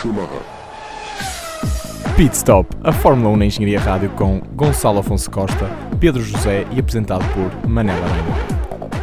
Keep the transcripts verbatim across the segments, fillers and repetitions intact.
Schumacher. Pit Stop, a Fórmula um na Engenharia Rádio com Gonçalo Afonso Costa, Pedro José e apresentado por Manela Aranha.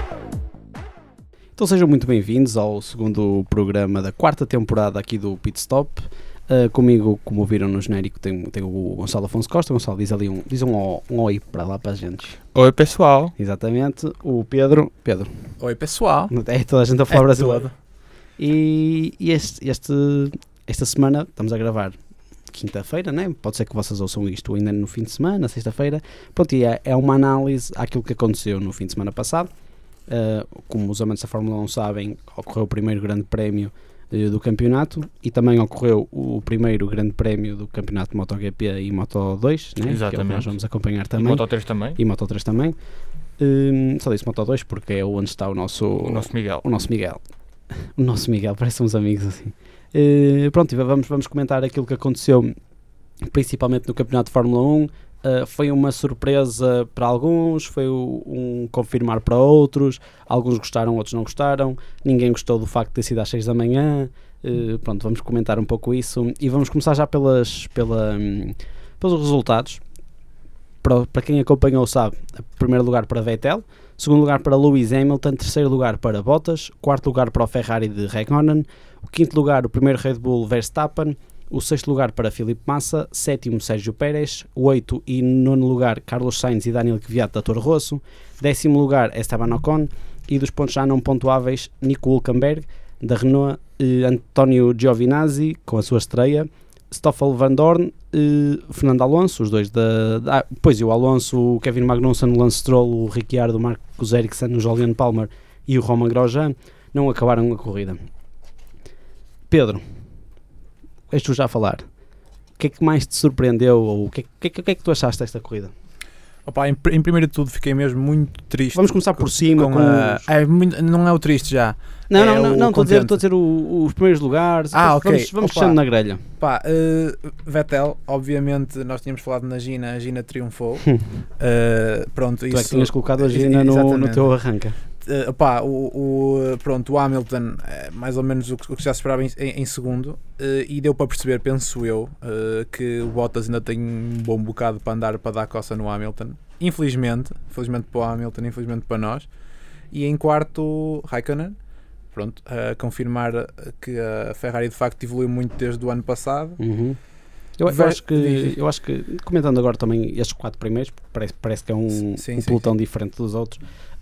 Então sejam muito bem-vindos ao segundo programa da quarta temporada aqui do Pit Stop. Uh, comigo, como ouviram no genérico, tem, tem o Gonçalo Afonso Costa. Gonçalo, diz ali um, diz um, um oi para lá para a gente. Oi pessoal. Exatamente. O Pedro. Pedro. Oi pessoal. É toda a gente a falar é brasileiro. Todo. E, e este, este, esta semana estamos a gravar quinta-feira, né? Pode ser que vocês ouçam isto ainda no fim de semana, sexta-feira. Pronto, e é, é uma análise àquilo que aconteceu no fim de semana passado. Uh, como os amantes da Fórmula um sabem, ocorreu o primeiro grande prémio uh, do campeonato e também ocorreu o primeiro grande prémio do campeonato de MotoGP e Moto dois, né? Exatamente. Que é o que nós vamos acompanhar também. E Moto três também. E Moto três também. Um, só disse Moto dois porque é onde está o nosso, o nosso Miguel. O nosso Miguel. O nosso Miguel, parece uns amigos assim. Uh, pronto, vamos, vamos comentar aquilo que aconteceu principalmente no campeonato de Fórmula um. Uh, foi uma surpresa para alguns, foi o, um confirmar para outros, alguns gostaram, outros não gostaram, ninguém gostou do facto de ter sido às seis da manhã. Uh, pronto, vamos comentar um pouco isso e vamos começar já pelas, pela, um, pelos resultados. Para, para quem acompanhou sabe, primeiro lugar para Vettel, segundo lugar para Lewis Hamilton, terceiro lugar para Bottas, quarto lugar para o Ferrari de Räikkönen, o quinto lugar o primeiro Red Bull Verstappen, o sexto lugar para Felipe Massa, sétimo Sérgio Pérez, o oito e nono lugar Carlos Sainz e Daniel Kvyat da Toro Rosso, décimo lugar Esteban Ocon e dos pontos já não pontuáveis Nico Hülkenberg da Renault, eh, António Giovinazzi com a sua estreia, Stoffel Van Dorn, eh, Fernando Alonso, os dois da... da ah, pois e o Alonso, o Kevin Magnussen, o Lance Stroll, o Ricciardo, o Marcus Ericsson, o Julian Palmer e o Romain Grosjean não acabaram a corrida. Pedro, és tu já a falar. O que é que mais te surpreendeu ou o que, que, que, que é que tu achaste desta corrida? Opa, em, em primeiro de tudo fiquei mesmo muito triste. Vamos começar por com, cima. Com com a, os... é, muito, não é o triste já. Não, é não, não, não estou a dizer, estou a dizer o, os primeiros lugares. Ah, ok. Vamos, vamos deixando na grelha. Pá, uh, Vettel, obviamente, nós tínhamos falado na Gina, a Gina triunfou. uh, pronto, tu isso, é que tinhas colocado a Gina no, no teu arranca. Uh, pá, o, o, pronto, o Hamilton é mais ou menos o que, o que já se esperava em, em, em segundo, uh, e deu para perceber, penso eu, uh, que o Bottas ainda tem um bom bocado para andar para dar coça no Hamilton, infelizmente, infelizmente para o Hamilton, infelizmente para nós. E em quarto, Räikkönen, pronto, a uh, confirmar que a Ferrari de facto evoluiu muito desde o ano passado. Uhum. Eu, eu, acho que, eu acho que, comentando agora também estes quatro primeiros, parece, parece que é um, sim, um sim, pelotão sim. diferente dos outros.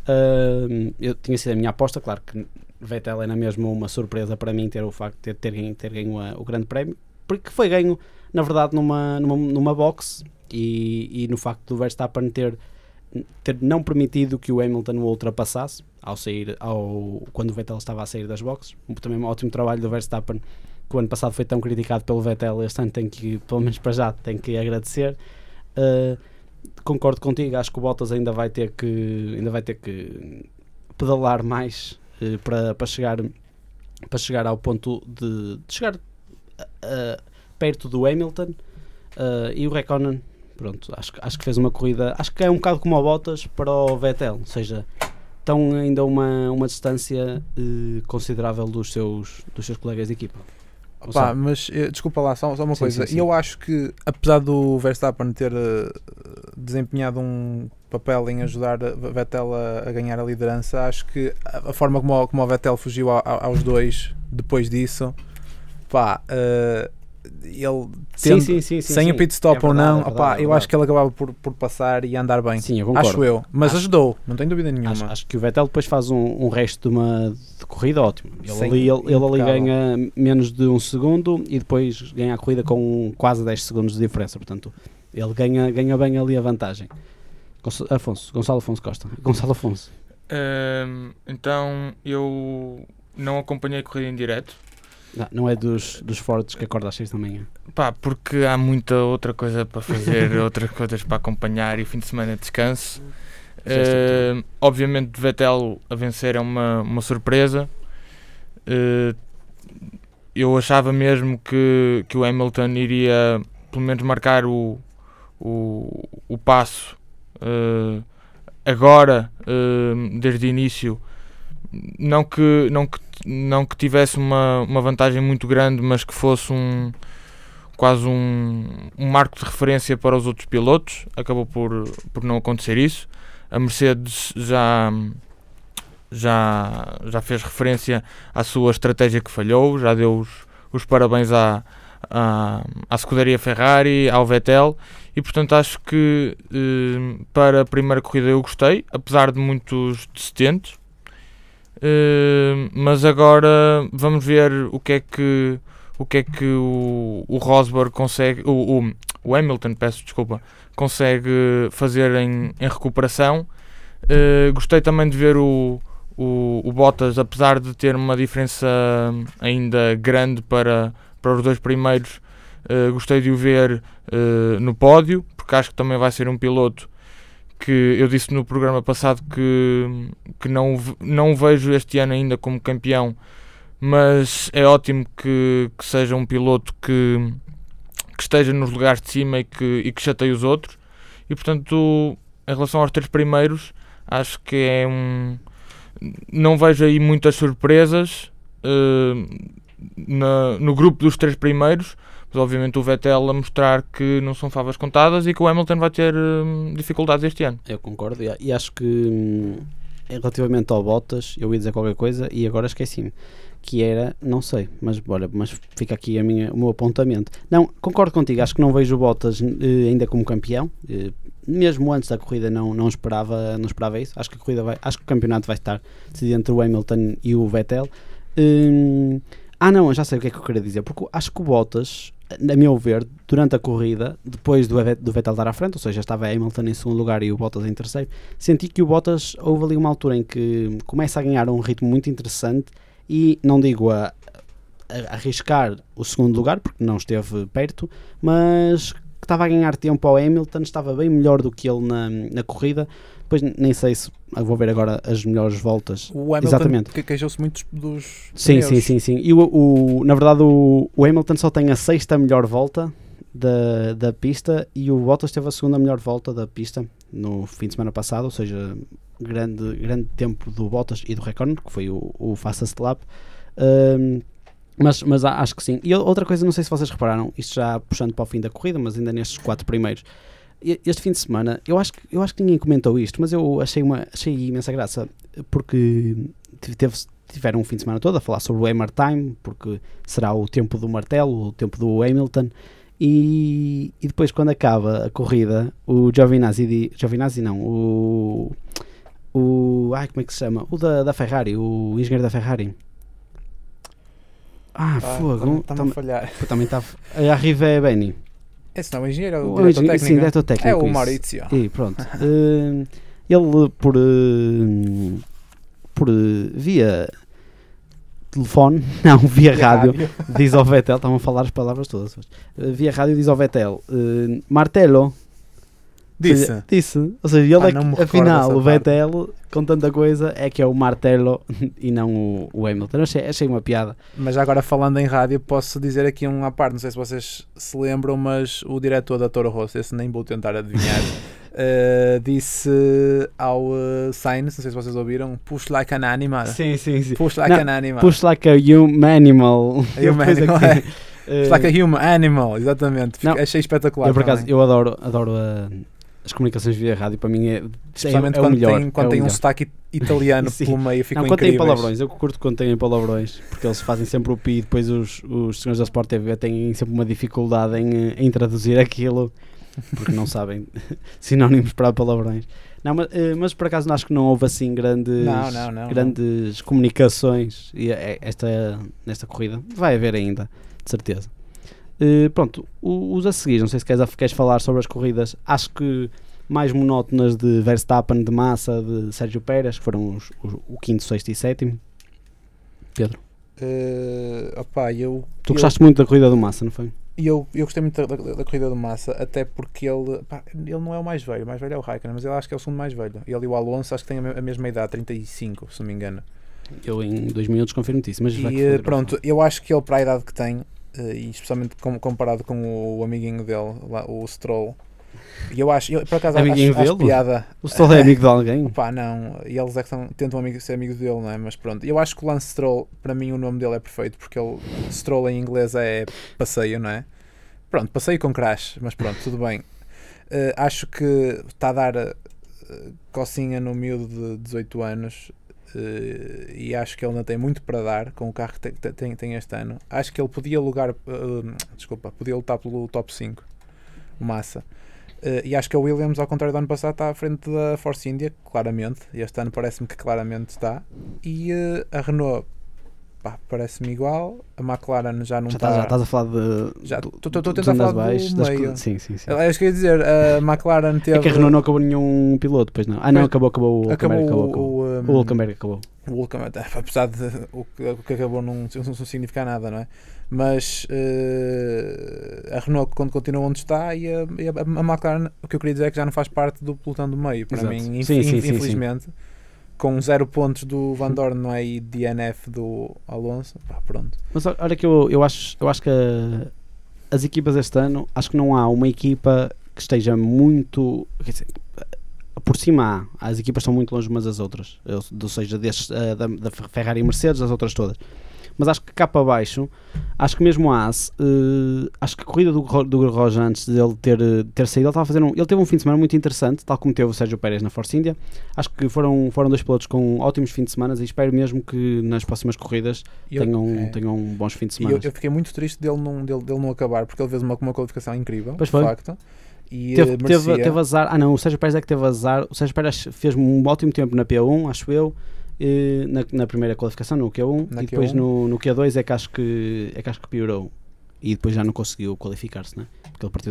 Uh, eu tinha sido a minha aposta, claro que Vettel é na mesma uma surpresa para mim ter o facto de ter, ter ganho, ter ganho a, o grande prémio, porque foi ganho na verdade numa, numa, numa box e, e no facto do Verstappen ter, ter não permitido que o Hamilton o ultrapassasse ao sair, ao, quando o Vettel estava a sair das boxes. Também um ótimo trabalho do Verstappen, que o ano passado foi tão criticado pelo Vettel, este ano tem que, pelo menos para já, tem que agradecer. Uh, concordo contigo, acho que o Bottas ainda vai ter que ainda vai ter que pedalar mais uh, para, para chegar para chegar ao ponto de, de chegar uh, perto do Hamilton, uh, e o Räikkönen, pronto, acho, acho que fez uma corrida, acho que é um bocado como o Bottas para o Vettel, ou seja, estão ainda uma, uma distância uh, considerável dos seus, dos seus colegas de equipa. Pá, mas desculpa lá, só, só uma sim, coisa, sim, sim. Eu acho que apesar do Verstappen ter uh, desempenhado um papel em ajudar a Vettel a, a ganhar a liderança, acho que a, a forma como o, como o Vettel fugiu a, a, aos dois depois disso, pá, uh, ele tendo, sim, sim, sim, sim, sem sim. o pit stop é ou verdade, não, é verdade, opá, é eu verdade. acho que ele acabava por, por passar e andar bem. Sim, eu concordo. Acho eu, mas acho, ajudou, não tenho dúvida nenhuma. Acho, acho que o Vettel depois faz um, um resto de uma de corrida ótimo. Ele, Sim, ali, ele, ele ali impecável. ganha menos de um segundo e depois ganha a corrida com quase dez segundos de diferença. Portanto, ele ganha, ganha bem ali a vantagem. Gonçalo Afonso, Gonçalo Afonso Costa. Gonçalo Afonso. Um, então, eu não acompanhei a corrida em direto. Não, não é dos, dos fortes que acorda às seis da manhã. Pá, porque há muita outra coisa para fazer, outras coisas para acompanhar e o fim de semana de descanso. Uh, obviamente Vettel a vencer é uma, uma surpresa. Uh, eu achava mesmo que, que o Hamilton iria pelo menos marcar o, o, o passo uh, agora, uh, desde o início. Não que, não que não que tivesse uma, uma vantagem muito grande, mas que fosse um quase um, um marco de referência para os outros pilotos. Acabou por, por não acontecer isso. A Mercedes já, já, já fez referência à sua estratégia que falhou, já deu os, os parabéns à, à, à escuderia Ferrari, ao Vettel, e portanto acho que eh, para a primeira corrida eu gostei, apesar de muitos dissidentes, eh, mas agora vamos ver o que é que o que é que o, o Rosberg consegue, o, o, o Hamilton, peço desculpa, consegue fazer em, em recuperação. Uh, gostei também de ver o, o, o Bottas, apesar de ter uma diferença ainda grande para, para os dois primeiros, uh, gostei de o ver uh, no pódio, porque acho que também vai ser um piloto que eu disse no programa passado que, que não, não o vejo este ano ainda como campeão, mas é ótimo que, que seja um piloto que, que esteja nos lugares de cima e que, e que chateie os outros. E portanto, em relação aos três primeiros, acho que é um... não vejo aí muitas surpresas uh, na, no grupo dos três primeiros, mas obviamente o Vettel a mostrar que não são favas contadas e que o Hamilton vai ter uh, dificuldades este ano. Eu concordo, e, e acho que hum, relativamente ao Bottas, eu ia dizer qualquer coisa e agora esqueci-me. Que era, não sei, mas bora, mas fica aqui a minha, o meu apontamento. Não, concordo contigo, acho que não vejo o Bottas eh, ainda como campeão, eh, mesmo antes da corrida não, não, esperava, não esperava isso. Acho que a corrida vai, acho que o campeonato vai estar decidido entre o Hamilton e o Vettel. Eh, ah não, já sei o que é que eu queria dizer, porque acho que o Bottas, a meu ver, durante a corrida, depois do, do Vettel dar à frente, ou seja, estava Hamilton em segundo lugar e o Bottas em terceiro, senti que o Bottas, houve ali uma altura em que começa a ganhar um ritmo muito interessante. E não digo a, a arriscar o segundo lugar, porque não esteve perto, mas que estava a ganhar tempo ao Hamilton, estava bem melhor do que ele na, na corrida. Depois nem sei se vou ver agora as melhores voltas. O Hamilton Exatamente. Que queixou-se muito dos sim, pneus. sim, sim, sim. E o, o, na verdade o, o Hamilton só tem a sexta melhor volta da, da pista e o Bottas teve a segunda melhor volta da pista no fim de semana passado, ou seja, grande, grande tempo do Bottas e do Räikkönen, que foi o, o fastest lap. Um, mas, mas acho que sim. E outra coisa, não sei se vocês repararam, isto já puxando para o fim da corrida, mas ainda nestes quatro primeiros, este fim de semana, eu acho que, eu acho que ninguém comentou isto, mas eu achei, uma, achei imensa graça, porque teve, tiveram um fim de semana todo a falar sobre o Hammer Time, porque será o tempo do martelo, o tempo do Hamilton. E, e depois quando acaba a corrida o Giovinazzi, Giovinazzi não o, o ai como é que se chama, o da, da Ferrari, o engenheiro da Ferrari, ah, ah fogo, está-me a falhar, também está a Arrive Bene, esse não é o engenheiro, é o, o diretor engenheiro, técnico, sim, diretor técnico, é o isso. Maurizio, e pronto, uh, ele por uh, por uh, via telefone, não, via, via rádio, rádio, diz ao Vettel, estavam a falar as palavras todas, uh, via rádio diz ao Vettel, uh, martelo, disse, seja, disse, ou seja, ele ah, é, afinal, o Vettel, parte. Com tanta coisa, é que é o martelo e não o, o Hamilton, achei, achei uma piada. Mas já agora falando em rádio, posso dizer aqui um à parte, não sei se vocês se lembram, mas o diretor da Toro Rosso, esse nem vou tentar adivinhar, Uh, disse ao uh, Sainz, não sei se vocês ouviram, push like an animal. Sim, sim, sim. Push like não, an animal. Push like a human animal. A human animal é. Push like a human animal, exatamente. Fico, achei espetacular. Eu, por acaso, eu adoro, adoro uh, as comunicações via rádio, para mim é, especialmente é, é quando o melhor. Tem, quando é tem o um melhor. sotaque italiano pelo meio, ficam não, quando incríveis. tem palavrões, eu curto quando tem palavrões, porque eles fazem sempre o pi e depois os, os senhores da Sport T V têm sempre uma dificuldade em, em traduzir aquilo. Porque não sabem sinónimos para palavrões. Não, mas, mas por acaso acho que não houve assim grandes, não, não, não, grandes não. comunicações e esta, nesta corrida. Vai haver ainda, de certeza. Uh, pronto, os a seguir, não sei se queres, queres falar sobre as corridas, acho que mais monótonas de Verstappen, de Massa, de Sérgio Pérez, que foram os, os, o quinto, sexto e sétimo. Pedro? Uh, opa, eu, tu eu... gostaste muito da corrida do Massa, não foi? E eu, eu gostei muito da, da, da corrida do Massa, até porque ele, pá, ele não é o mais velho, o mais velho é o Raikkonen, mas ele acho que é o segundo mais velho. Ele e o Alonso acho que têm a mesma idade, trinta e cinco, se não me engano. Eu em dois minutos confirmo-te isso, mas e vai pronto, eu acho que ele, para a idade que tem, e especialmente com, comparado com o, o amiguinho dele, lá, o Stroll, E eu acho, eu, por acaso, Amiguinho acho, acho dele? piada. O Stroll é amigo de alguém? Pá, não, e eles é que são, tentam amigo, ser amigos dele, não é? Mas pronto, eu acho que o Lance Stroll, para mim, o nome dele é perfeito, porque ele, Stroll em inglês é passeio, não é? Pronto, passeio com crash, mas pronto, tudo bem. Uh, acho que está a dar uh, cocinha no miúdo de dezoito anos. Uh, e acho que ele ainda tem muito para dar com o carro que tem, tem, tem este ano. Acho que ele podia lugar, uh, desculpa, podia lutar pelo top cinco, o Massa. Uh, e acho que a Williams, ao contrário do ano passado, está à frente da Force India, claramente. E este ano parece-me que claramente está. E uh, a Renault, pá, parece-me igual. A McLaren já não Já está. estás, já estás a falar de. Já do- estou a dos tentar falar baixos, do das meio. co- Sim, sim, sim. É isso que eu ia dizer. A McLaren teve. É que a Renault não acabou nenhum piloto, pois não. Ah, não, Pois, acabou, acabou o acabou Hulkenberg. Acabou, o, acabou. o, um, O Hulkenberg acabou. O Hulkenberg, apesar de o que, o que acabou não, não significar nada, não é? Mas uh, a Renault quando continua onde está e a, e a, a McLaren, o que eu queria dizer é que já não faz parte do pelotão do meio, para Exato. mim, Sim, inf- sim, sim, infelizmente, com zero pontos do Van Dorn, não é? E D N F do Alonso, pá, pronto. Mas olha que eu, eu, acho, eu acho que a- as equipas este ano, acho que não há uma equipa que esteja muito. Quer dizer, por cima há, as equipas estão muito longe umas das outras, ou, ou seja, destes, uh, da, da Ferrari e Mercedes, das outras todas. Mas acho que cá para baixo, acho que mesmo a Haas, uh, acho que a corrida do, Ro- do Roja antes dele ter, ter saído, ele estava a fazer um, ele teve um fim de semana muito interessante, tal como teve o Sérgio Pérez na Force India. Acho que foram, foram dois pilotos com ótimos fins de semana e espero mesmo que nas próximas corridas E eu- tenham, é. tenham bons fins de E semana. eu, eu fiquei muito triste dele não, dele, dele não acabar, porque ele fez uma, uma qualificação incrível, Pois de foi. facto. E Teve, eh, teve, merecia. teve azar. Ah não, o Sérgio Pérez é que teve azar. O Sérgio Pérez fez um ótimo tempo na P um, acho eu, eh, na, na primeira qualificação, no Q um, Na e depois Q um. no, no Q dois é que acho que é que acho que piorou. E depois já não conseguiu qualificar-se, né? Porque ele partiu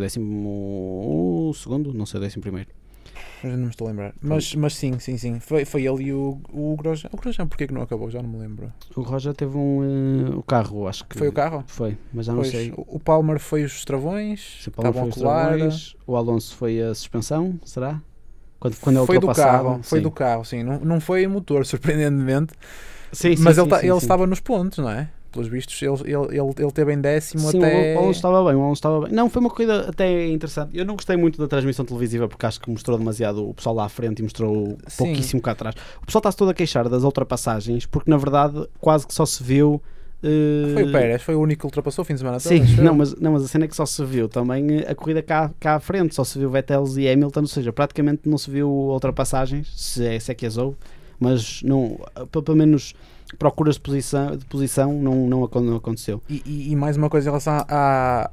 décimo segundo, não sei, décimo primeiro. Mas não me estou a lembrar. Mas, mas sim, sim, sim. Foi, foi ele e o, o Grosjean. O Grosjean, porquê que não acabou? Já não me lembro. O Roger teve um eh, o carro, acho que Foi o carro? Foi, mas já não Pois, sei. o o Palmer foi os travões. Se o Paulo Estavam foi a os colar. travões, o Alonso foi a suspensão, será? Quando, quando ele Foi do ultrapassava, carro, foi sim. do carro, sim. Não, não foi motor, surpreendentemente. Sim, sim, mas sim, ele, ta- sim, ele sim. estava nos pontos, não é? Pelos vistos, ele, ele, ele, ele teve em décimo Sim, até. o Alonso estava bem, o Alonso estava bem. Não, foi uma corrida até interessante. Eu não gostei muito da transmissão televisiva porque acho que mostrou demasiado o pessoal lá à frente e mostrou Sim. pouquíssimo cá atrás. O pessoal está-se todo a queixar das ultrapassagens porque na verdade quase que só se viu. eh, Foi o Pérez, foi o único que ultrapassou o fim de semana todo. Sim, acho eu. não mas, não, mas a cena é que só se viu também eh, a corrida cá, cá à frente, só se viu Vettel e Hamilton, ou seja, praticamente não se viu ultrapassagens, se é, se é que as houve, mas não, p- pelo menos procuras de posição, de posição não, não, acon- não aconteceu. E, e, e mais uma coisa em relação à,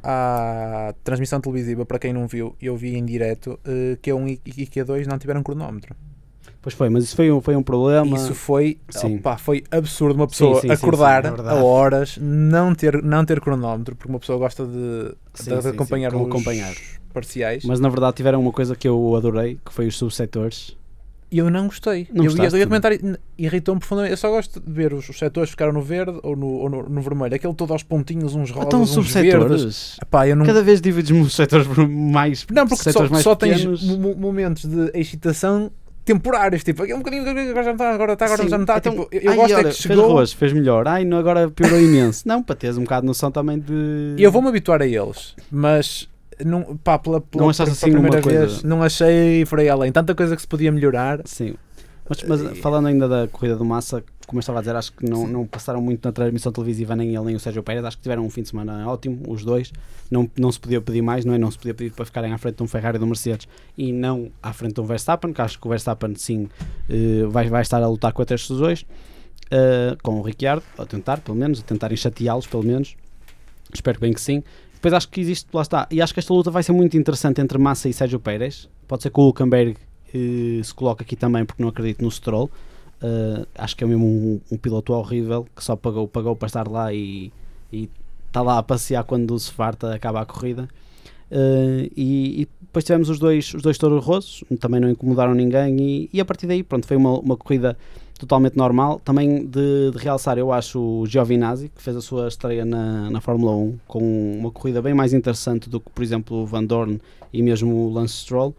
à transmissão televisiva, para quem não viu, eu vi em direto, eh, Q um e e Q dois não tiveram cronómetro. Pois foi, mas isso foi um, foi um problema. Isso foi, Sim. opa, foi absurdo uma pessoa sim, sim, acordar sim, é verdade. a horas, não ter, não ter cronómetro, porque uma pessoa gosta de, Sim, de sim, acompanhar sim, com os acompanhar. parciais. Mas na verdade tiveram uma coisa que eu adorei, que foi os subsetores. E eu não gostei. Não eu ia, gostaste? eu ia comentar, n- irritou-me profundamente. Eu só gosto de ver os, os setores ficaram no verde ou no, ou no, no vermelho. Aquele todo aos pontinhos, uns rosas, Então uns verdes. subsetores. Epá, eu não... Cada vez divides-me os setores por mais. Não, porque setores só, mais só tens pequenos. mo- mo- momentos de excitação temporários. Tipo, aqui um bocadinho, agora já não está, agora está, agora Sim, já não está. então, Tipo, eu eu ai, gosto olha, é que fez chegou. arroz, fez melhor. Ai, não, agora piorou imenso. Não, para teres um bocado de noção também de. E eu vou-me habituar a eles, mas não, pá, pela, pela, Não achaste pela assim uma primeira coisa- vez não achei por aí além. Tanta coisa que se podia melhorar. Sim. Mas, mas falando ainda da corrida do Massa, como eu estava a dizer, acho que não, não passaram muito na transmissão televisiva, nem ele nem o Sérgio Pérez. Acho que tiveram um fim de semana ótimo, os dois. Não, não se podia pedir mais, não é? Não se podia pedir para ficarem à frente de um Ferrari e de um Mercedes e não à frente de um Verstappen, que acho que o Verstappen sim eh, vai, vai estar a lutar contra estes dois, eh, com o Ricciardo, a tentar, pelo menos, a tentarem chateá-los, pelo menos. Espero bem que sim. Depois acho que existe, lá está, e acho que esta luta vai ser muito interessante entre Massa e Sérgio Pérez. Pode ser que o Hülkenberg uh, se coloque aqui também, porque não acredito no Stroll. Uh, acho que é mesmo um, um piloto horrível que só pagou, pagou para estar lá e, e está lá a passear quando se farta, acaba a corrida. Uh, e, e depois tivemos os dois, os dois touros rosos, também não incomodaram ninguém, e, e a partir daí, pronto, foi uma, uma corrida totalmente normal. Também de, de realçar, eu acho, o Giovinazzi, que fez a sua estreia na, na Fórmula um, com uma corrida bem mais interessante do que, por exemplo, o Van Dorn e mesmo o Lance Stroll.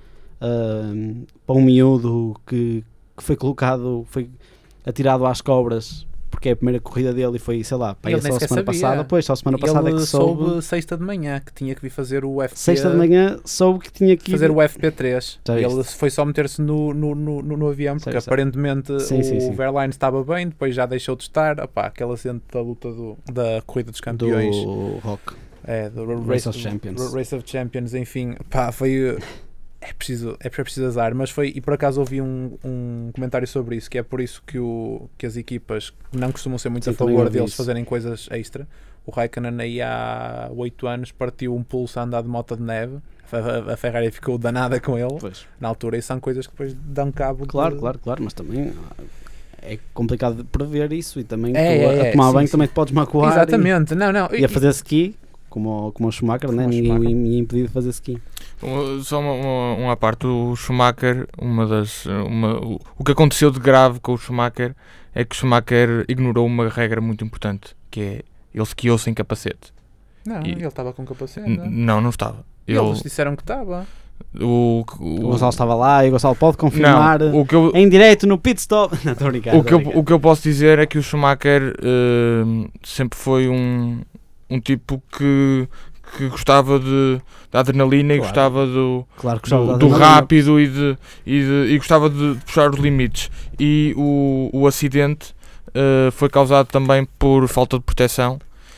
Uh, para um miúdo que, que foi colocado, foi atirado às cobras, porque porque é a primeira corrida dele e foi, sei lá, pá, Ele só nem a sequer semana sabia. passada, depois só a semana passada é Ele que soube. soube sexta de manhã que tinha que vir fazer o F P. Sexta de manhã soube que tinha que ir fazer o F P três. Já Ele viste? foi só meter-se no, no, no, no, no avião, porque Certo, certo. aparentemente Sim, o sim, sim. Verlaine estava bem, depois já deixou de estar. Opá, aquela cena da luta do, da corrida dos campeões. do Rock. É, do Race of Champions. Race of Champions, enfim, pá, foi. É preciso, é preciso azar, mas foi. E por acaso ouvi um, um comentário sobre isso, que é por isso que, o, que as equipas não costumam ser muito Sim, a também favor ouvi deles isso. fazerem coisas extra. O Raikkonen aí há oito anos partiu um pulso a andar de moto de neve. A, a, a Ferrari ficou danada com ele Pois. na altura, e são coisas que depois dão cabo. Claro, de... claro, claro, mas também é complicado de prever isso e também É, tu, é, a é, tomar sim, banho sim. também te podes magoar. Exatamente, não, não. E, e a fazer ski, como, como o Schumacher, né? Como o Ninguém Schumacher. me ia impedir de fazer ski. Um, Só uma, uma, uma à parte, o Schumacher, uma das, uma, o, o que aconteceu de grave com o Schumacher é que o Schumacher ignorou uma regra muito importante, que é ele esquiou sem capacete. Não, E- ele estava com capacete. N- não? Não, não estava. Ele, Eles disseram que estava. o, O o, Gonçalo estava lá e o Gonçalo pode confirmar não, o que eu, em direto no pit stop. Não, estou a brincar. o, estou que a eu, brincar. o que eu posso dizer é que o Schumacher eh, sempre foi um, um tipo que, que gostava de, da adrenalina e Claro. gostava do, Claro que gostava do, da do adrenalina. rápido e, de, e, de, e gostava de puxar os limites. E o, o acidente eh, foi causado também por falta de proteção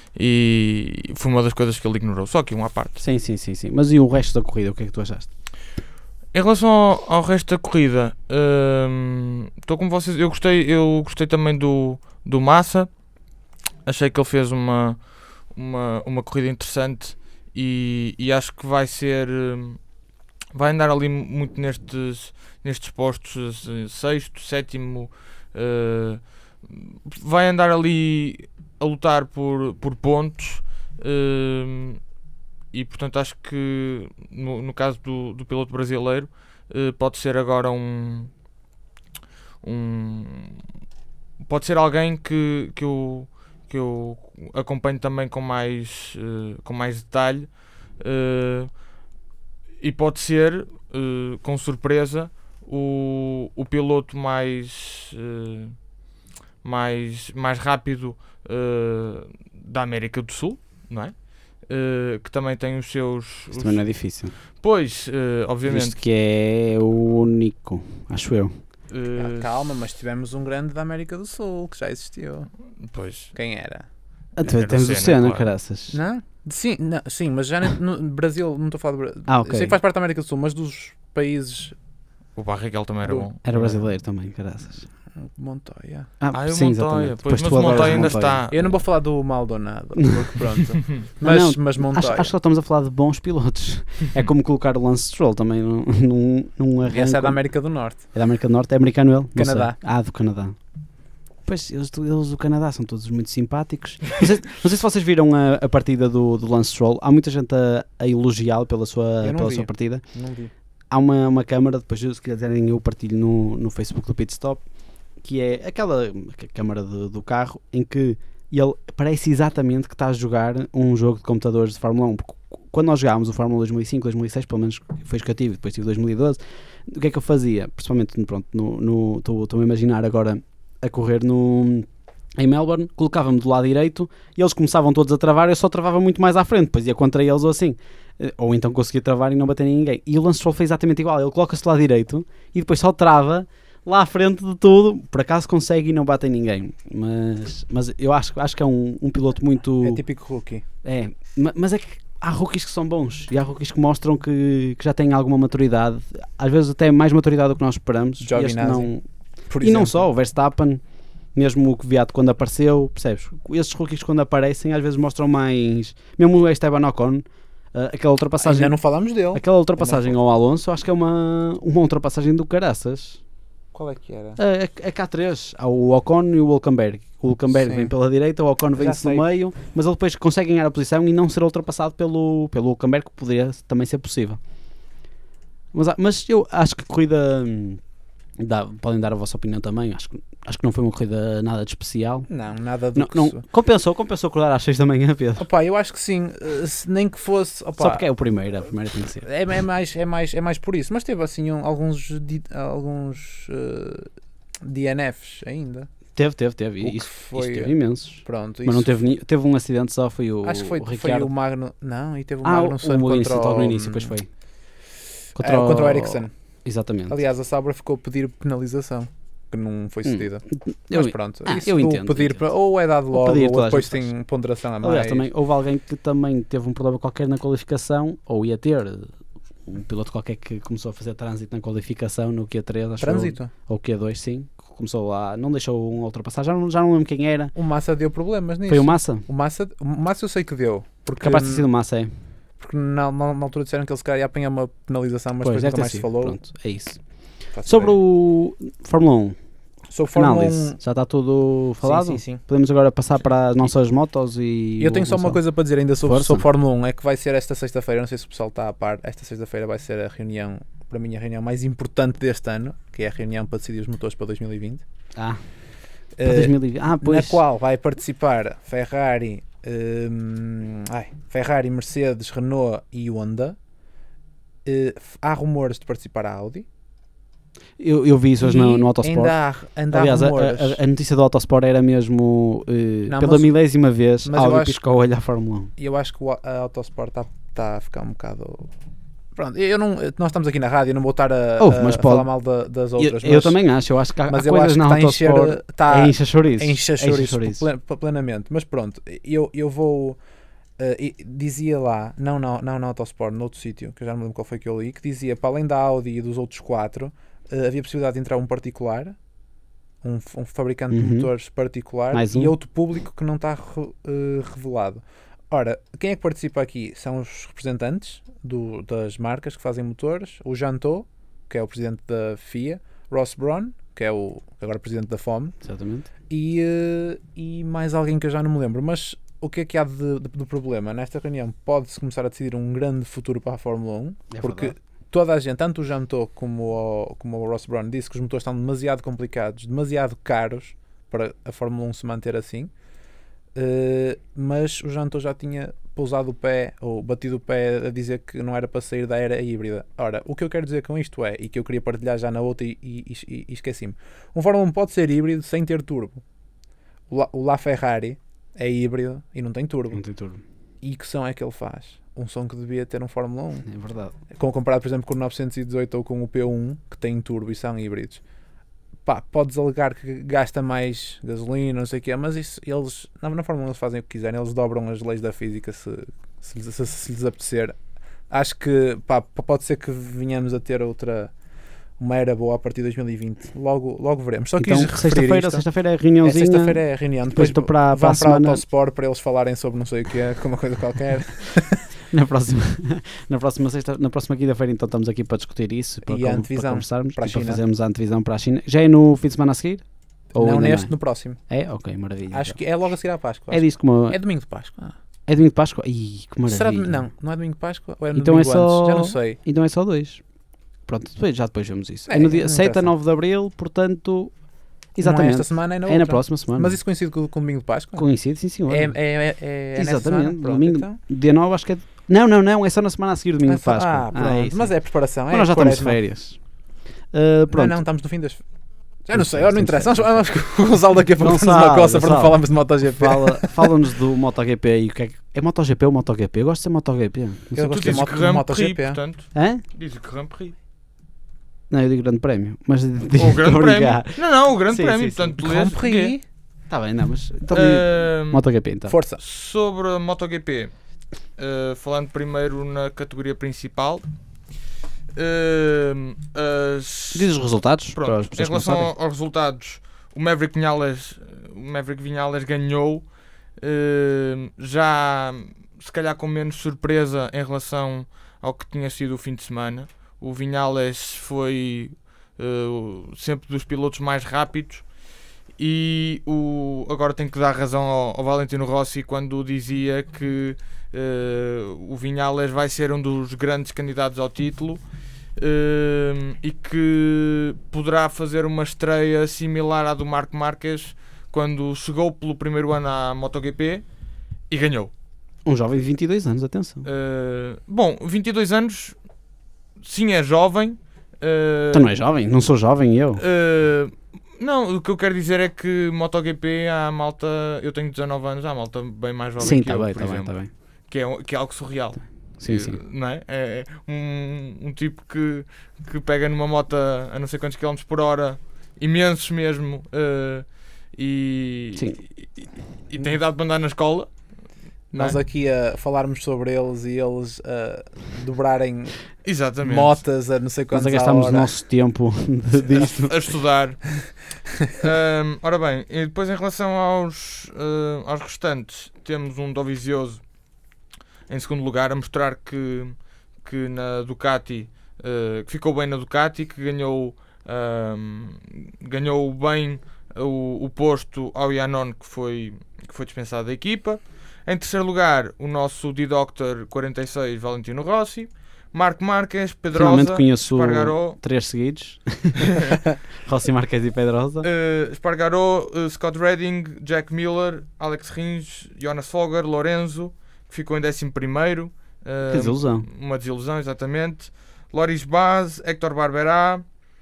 e foi uma das coisas que ele ignorou. Só que um à parte. Sim, sim, sim, sim. Mas e o resto da corrida, o que é que tu achaste? Em relação ao, ao resto da corrida, estou com vocês. Eu gostei, eu gostei também do, do Massa. Achei que ele fez uma, uma, uma corrida interessante e, e acho que vai ser. hum, Vai andar ali muito nestes, nestes postos, eh, sexto, sétimo. eh, vai andar ali a lutar por, por pontos. hum, E portanto acho que no, no caso do, do piloto brasileiro eh, pode ser agora um, um pode ser alguém que, que, eu, que eu acompanho também com mais, eh, com mais detalhe eh, e pode ser eh, com surpresa o, o piloto mais, eh, mais, mais rápido eh, da América do Sul, não é? Uh, que também tem os seus. Isso os- também não é difícil. Pois, uh, obviamente. Visto que é o único, acho eu. uh, Ah, calma, mas tivemos um grande da América do Sul que já existiu. Pois. Quem era? Até Era o temos o Senna, Senna, claro. caraças. Não? Sim, não, sim, mas já no no Brasil, não estou a falar do Brasil. Ah, ok. Sei que faz parte da América do Sul, mas dos países. O Barrichello também era Do- bom. Era brasileiro também, caraças. Montoya. Ah, Ah, o sim, Montoya. exatamente. Pois, Depois mas tu o adoras Montoya ainda Montoya. está. Eu não vou falar do Maldonado, porque pronto. Mas, não, mas Montoya. Acho, acho que só estamos a falar de bons pilotos. É como colocar o Lance Stroll também num, num, num arranque. Essa é da América do Norte. É da América do Norte, é americano ele? Não Canadá. sei. Ah, do Canadá. Pois, eles, do- eles do Canadá são todos muito simpáticos. Não sei, não sei se vocês viram a, a partida do, do Lance Stroll. Há muita gente a, a elogiá-lo pela, sua, Eu não pela vi. sua partida. Não vi. Há uma, uma câmara, depois se quiserem eu partilho no, no Facebook do Pit Stop, que é aquela c- câmara do, do carro em que ele parece exatamente que está a jogar um jogo de computadores de Fórmula um. Porque quando nós jogámos o Fórmula dois mil e cinco, dois mil e seis, pelo menos foi isso que eu tive, depois tive dois mil e doze, o que é que eu fazia? Principalmente, pronto, no, no, estou-me a imaginar agora a correr no, em Melbourne, colocava-me do lado direito e eles começavam todos a travar, eu só travava muito mais à frente, depois ia contra eles ou assim. Eh, Ou então conseguia travar e não bater em ninguém. E o Lance Stroll foi exatamente igual, ele coloca-se do lado direito e depois só trava lá à frente de tudo, por acaso consegue e não bate em ninguém. Mas, mas eu acho, acho que é um, um piloto muito... É típico rookie. É, ma- mas é que há rookies que são bons e há rookies que mostram que, que já têm alguma maturidade, às vezes até mais maturidade do que nós esperamos. E este Giovinazzi, não, Por e não exemplo. só, o Verstappen, mesmo o Kvyat quando apareceu, percebes? Esses rookies quando aparecem às vezes mostram mais, mesmo o Esteban Ocon, uh, aquela ultrapassagem, Ainda não falamos dele. aquela ultrapassagem Ainda ao Alonso, acho que é uma, uma ultrapassagem do caraças. Qual é que era? A, a K três, há o Ocon e o Hülkenberg. O Hülkenberg Sim. vem pela direita, o Ocon vem-se sei. no meio, mas ele depois consegue ganhar a posição e não ser ultrapassado pelo, pelo Hülkenberg, que poderia também ser possível. Mas, há- mas eu acho que a corrida, hum, dá- podem dar a vossa opinião também, acho, que- acho que não foi uma corrida nada de especial. Não, nada do Não, que não, se- compensou, compensou acordar às seis da manhã, Pedro. Opa, eu acho que sim. eh, se nem que fosse. Opa, Só porque é o primeiro, a primeira tem que ser. é, é mais, é, mais, é mais por isso. Mas teve assim um- alguns, di- alguns eh, D N Fs ainda. Teve, teve, teve. O que Isso, foi- isso teve imensos. Pronto, Mas não isso- teve, ni- teve um acidente só, foi o, Acho que foi, o foi Ricardo. o Magno. Não, e teve o ah, Magnussen o contra Incident o. logo no início, depois foi. Contra, o... contra o Ericsson. Exatamente. Aliás, a Sauber ficou a pedir penalização, que não foi cedida. eu, Mas pronto, ah, isso eu do entendo, pedir entendo. para, ou é dado Ou logo, pedir, ou toda a depois gente tem faz. ponderação a mais. aliás, também houve alguém que também teve um problema qualquer na qualificação, ou ia ter. Um piloto qualquer que começou a fazer trânsito na qualificação no Q três, acho Trânsito. eu, ou Q dois, sim. Começou lá, não deixou um ultrapassar, já não, já não lembro quem era. O Massa deu problemas nisso. Foi o Massa? O Massa, o Massa eu sei que deu. Porque, Capaz de ter sido o Massa, é. porque na, na, na altura disseram que ele se calhar ia apanhar uma penalização, mas Pois, depois deve nunca ter mais se sido. falou. Pronto, é isso. Faço Sobre ideia. o Fórmula um, Sobre Fórmula análise, um. já está tudo falado? Sim, sim, sim. Podemos agora passar para as nossas motos e... E eu tenho o só uma Gonçalo. coisa para dizer ainda sobre, Força. sobre Fórmula um, é que vai ser esta sexta-feira, não sei se o pessoal está a par, esta sexta-feira vai ser a reunião, para mim a reunião mais importante deste ano, que é a reunião para decidir os motores para dois mil e vinte. Ah, para Eh, dois mil e vinte. Ah, pois. na qual vai participar Ferrari, hum, ai, Ferrari, Mercedes, Renault e Honda. Eh, f- há rumores de participar a Audi. Eu, eu vi isso hoje no, E no Autosport. Ainda há, ainda há Aliás, a, rumores. a- a notícia do Autosport era mesmo eh, Não, pela mas- milésima vez mas eu Audi acho- piscou o olho à Fórmula um. E eu acho que o, a Autosport está tá a ficar um bocado. Pronto, eu não, nós estamos aqui na rádio, eu não vou estar a, Ouve, a- mas a pode- falar mal da- das Eu, outras. eu mas, também acho, eu acho que há, mas há eu coisas acho que na está a encher. Autosport Está é encher chouriços. encher É encher chouriços chouriços. plen- plenamente. Mas pronto, eu, eu vou. eh, e dizia lá, não, não, não na Autosport, noutro sítio, que eu já não me lembro qual foi que eu li, que dizia para além da Audi e dos outros quatro, eh, havia possibilidade de entrar um particular, um, f- um fabricante Uhum. de motores particular Mais e um. outro público que não está re- eh, revelado. Ora, quem é que participa aqui? São os representantes do- das marcas que fazem motores, o Jantot, que é o presidente da F I A, Ross Brawn, que é o agora presidente da F O M, Exatamente. e, eh, e mais alguém que eu já não me lembro. Mas o que é que há de, de, de problema? Nesta reunião pode-se começar a decidir um grande futuro para a Fórmula um, É porque verdade. toda a gente, tanto o Jantot como o, como o Ross Brawn, disse que os motores estão demasiado complicados, demasiado caros para a Fórmula um se manter assim. Uh, mas o Jantot já tinha pousado o pé ou batido o pé a dizer que não era para sair da era híbrida. Ora, o que eu quero dizer com isto é, e que eu queria partilhar já na outra e, e, e, e esqueci-me, um Fórmula um pode ser híbrido sem ter turbo. O La, o La Ferrari é híbrido e não tem turbo. Não tem turbo. E que som é que ele faz? Um som que devia ter um Fórmula um. É verdade. Com, comparado, por exemplo, com o novecentos e dezoito ou com o P um, que tem turbo e são híbridos. Pá, podes alegar que gasta mais gasolina, não sei o quê, mas isso, eles, na, na Fórmula um eles fazem o que quiserem, eles dobram as leis da física se, se, lhes- se, se lhes apetecer. Acho que, pá, p- pode ser que venhamos a ter outra, uma era boa a partir de dois mil e vinte. Logo, logo veremos. Só Então, quis referir sexta-feira, isto. sexta-feira é a É reuniãozinha. sexta-feira é a reunião, depois Depois para, para vão a para a semana, Autosport para eles falarem sobre não sei o que é, uma coisa qualquer. na próxima, na próxima sexta, na próxima quinta-feira, então estamos aqui para discutir isso, para, E a con- antevisão para conversarmos para a e para China. fazermos a antevisão para a China. Já é no fim de semana a seguir? Ou Não ainda neste, é? no próximo. É? Ok, maravilha. Acho então. que é logo a seguir à Páscoa. É acho. disso como... É domingo de Páscoa. Ah. É domingo de Páscoa? Ih, que maravilha. Será de- não, não é domingo de Páscoa? Ou é no Então é domingo só- antes? Já não sei. Então é só dois. Pronto, depois, já depois vemos isso. É, É, no dia não sete a interessa. nove de Abril, portanto... Não é Exatamente. esta semana, é na É na outra. próxima semana. Mas isso coincide com, com o domingo de Páscoa? Coincide, sim senhor. É, é, é, é nessa Exatamente, semana? Pronto, domingo. então. Dia nove acho que é... Não, não, não, é só na semana a seguir do domingo Ah, de Páscoa. Ah, pronto. é isso. Mas é preparação. Mas é nós já estamos de quaresma. férias. Uh, pronto. Não, não, estamos no fim das... Já não Estamos sei, de olha, não férias, interessa. estamos Vamos, de vamos, o Gonçalo daqui a pouco nos Gonçalo, uma coça para não Gonçalo. falarmos de MotoGP. Fala, fala-nos do MotoGP e o que é que... É MotoGP ou MotoGP? Eu gosto de ser MotoGP. Não sei Eu porquê. gosto Tu de dizes moto- que Grand MotoGP, Prix, é? portanto. Hã? Dizes que Grand Prix. Não, eu digo grande prémio. Mas O Grande Prémio. Não, não, o Grande Sim, Prémio. sim, sim. Portanto, tu Grand lês Prix. Está bem, não, mas... Então, Ahm, MotoGP então. Força. Sobre a MotoGP, uh, falando primeiro na categoria principal, uh, as, Diz os resultados. pronto, para as em pessoas que não relação sabem. aos resultados, o Maverick Vinales, o Maverick Vinales ganhou, uh, já se calhar com menos surpresa em relação ao que tinha sido o fim de semana. O Vinales foi uh, sempre dos pilotos mais rápidos. E o, agora tenho que dar razão ao, ao Valentino Rossi quando dizia que uh, o Vinales vai ser um dos grandes candidatos ao título uh, e que poderá fazer uma estreia similar à do Marc Marques quando chegou pelo primeiro ano à MotoGP e ganhou. Um jovem de vinte e dois anos, atenção. Uh, bom, vinte e dois anos, sim, é jovem. Uh, Então não é jovem? Não sou jovem eu. Uh, Não, o que eu quero dizer é que MotoGP há malta, eu tenho dezanove anos, há malta bem mais jovem Sim, que está eu, bem, por está bem, exemplo, está bem. que é, que é algo surreal. Sim, sim. Não é? É um, um tipo que, que pega numa moto a não sei quantos quilómetros por hora, imensos mesmo, uh, e, e, e, e tem idade para andar na escola. Nós é? aqui a falarmos sobre eles e eles a dobrarem Exatamente. motas a não sei quantos Nós a gastámos a o nosso tempo disto. A, a estudar. um, ora bem, e depois em relação aos, uh, aos restantes, temos um Dovizioso em segundo lugar, a mostrar que, que na Ducati, uh, que ficou bem na Ducati, que ganhou, um, ganhou bem o, o posto ao Iannone, que foi, que foi dispensado da equipa. Em terceiro lugar, o nosso D-Doctor quarenta e seis, Valentino Rossi. Marco Marques, Pedrosa, Finalmente conheço Espargaró, três seguidos. Rossi, Marques e Pedrosa. uh, Espargaró, uh, Scott Redding, Jack Miller, Alex Rins, Jonas Folger, Lorenzo, que ficou em décimo primeiro. Uh, Que desilusão. Uma desilusão, exatamente. Loris Baz, Héctor Barberá,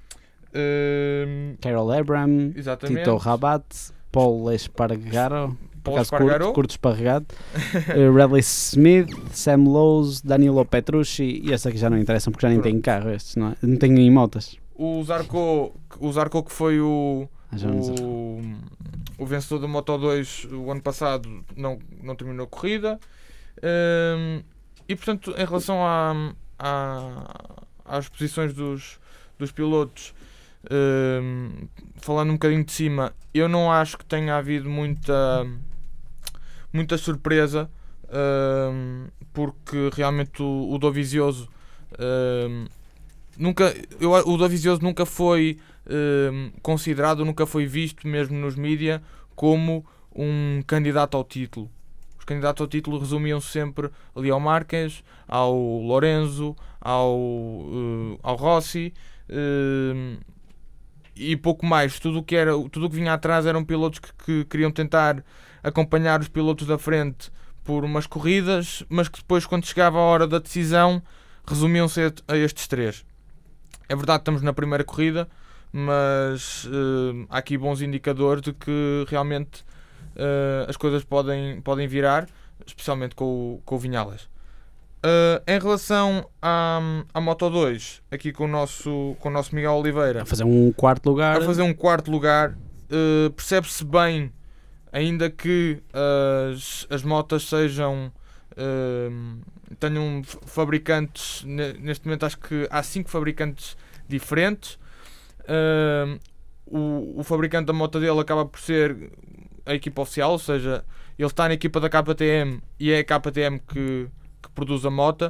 uh, Carol Abram, exatamente. Tito Rabat, Paul Espargaro, por Paulo acaso Espargaró. curto, curto esparregado, uh, Radley Smith, Sam Lowes, Danilo Petrucci, e esses aqui já não interessam porque já nem têm carro, estes, não é? Não têm em motas. O Zarco, o Zarco que foi o, Ah, já não sei. o, o vencedor da Moto dois o ano passado, não, não terminou a corrida. Um, e portanto, em relação à, à, às posições dos, dos pilotos, um, falando um bocadinho de cima, eu não acho que tenha havido muita, muita surpresa, um, porque realmente o, o Dovizioso um, nunca, eu, o Dovizioso nunca foi um, considerado, nunca foi visto mesmo nos mídia como um candidato ao título. Os candidatos ao título resumiam-se sempre ali ao Marques, ao Lorenzo, ao, uh, ao Rossi, uh, e pouco mais. Tudo o que era, tudo o que vinha atrás eram pilotos que, que queriam tentar acompanhar os pilotos da frente por umas corridas, mas que depois, quando chegava a hora da decisão, resumiam-se a estes três. É verdade que estamos na primeira corrida, mas uh, há aqui bons indicadores de que realmente Uh, as coisas podem, podem virar, especialmente com o, com o Vinhales. Uh, em relação à, à Moto dois, aqui com o, nosso, com o nosso Miguel Oliveira, A fazer um quarto lugar. a fazer um quarto lugar, uh, percebe-se bem, ainda que as, as motas sejam uh, tenham fabricantes, neste momento acho que há cinco fabricantes diferentes. Uh, o, o fabricante da moto dele acaba por ser a equipa oficial, ou seja, ele está na equipa da K T M e é a K T M que, que produz a moto.